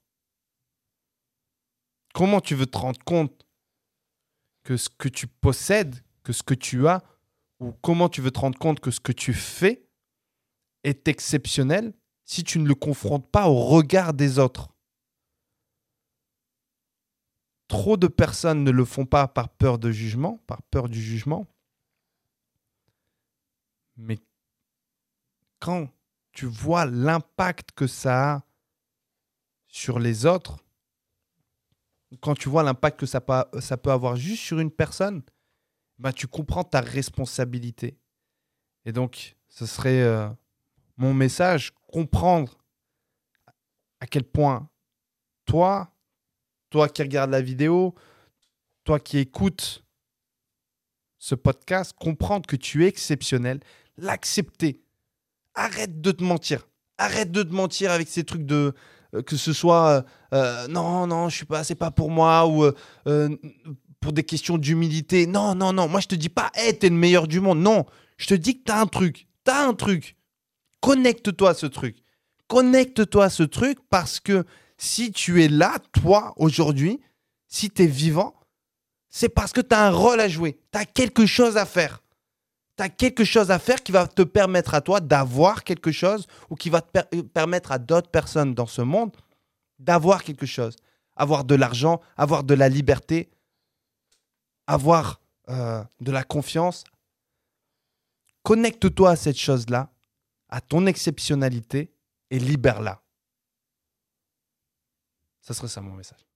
Comment tu veux te rendre compte que ce que tu possèdes, que ce que tu as, ou comment tu veux te rendre compte que ce que tu fais est exceptionnel si tu ne le confrontes pas au regard des autres? Trop de personnes ne le font pas par peur de jugement, par peur du jugement. Mais quand tu vois l'impact que ça a sur les autres, quand tu vois l'impact que ça peut, ça peut avoir juste sur une personne, ben tu comprends ta responsabilité. Et donc, ce serait euh, mon message, comprendre à quel point toi, toi qui regardes la vidéo, toi qui écoutes ce podcast, comprendre que tu es exceptionnel, l'accepter. Arrête de te mentir. Arrête de te mentir avec ces trucs de... Euh, que ce soit euh, euh, non, non, je suis pas, c'est pas pour moi, ou euh, euh, pour des questions d'humilité. Non, non, non. Moi, je te dis pas, hey, t'es le meilleur du monde. Non, je te dis que t'as un truc. T'as un truc. Connecte-toi à ce truc. Connecte-toi à ce truc parce que si tu es là, toi, aujourd'hui, si tu es vivant, c'est parce que tu as un rôle à jouer. Tu as quelque chose à faire. Tu as quelque chose à faire qui va te permettre à toi d'avoir quelque chose ou qui va te per- permettre à d'autres personnes dans ce monde d'avoir quelque chose. Avoir de l'argent, avoir de la liberté, avoir euh, de la confiance. Connecte-toi à cette chose-là, à ton exceptionnalité et libère-la. Ça serait ça mon message.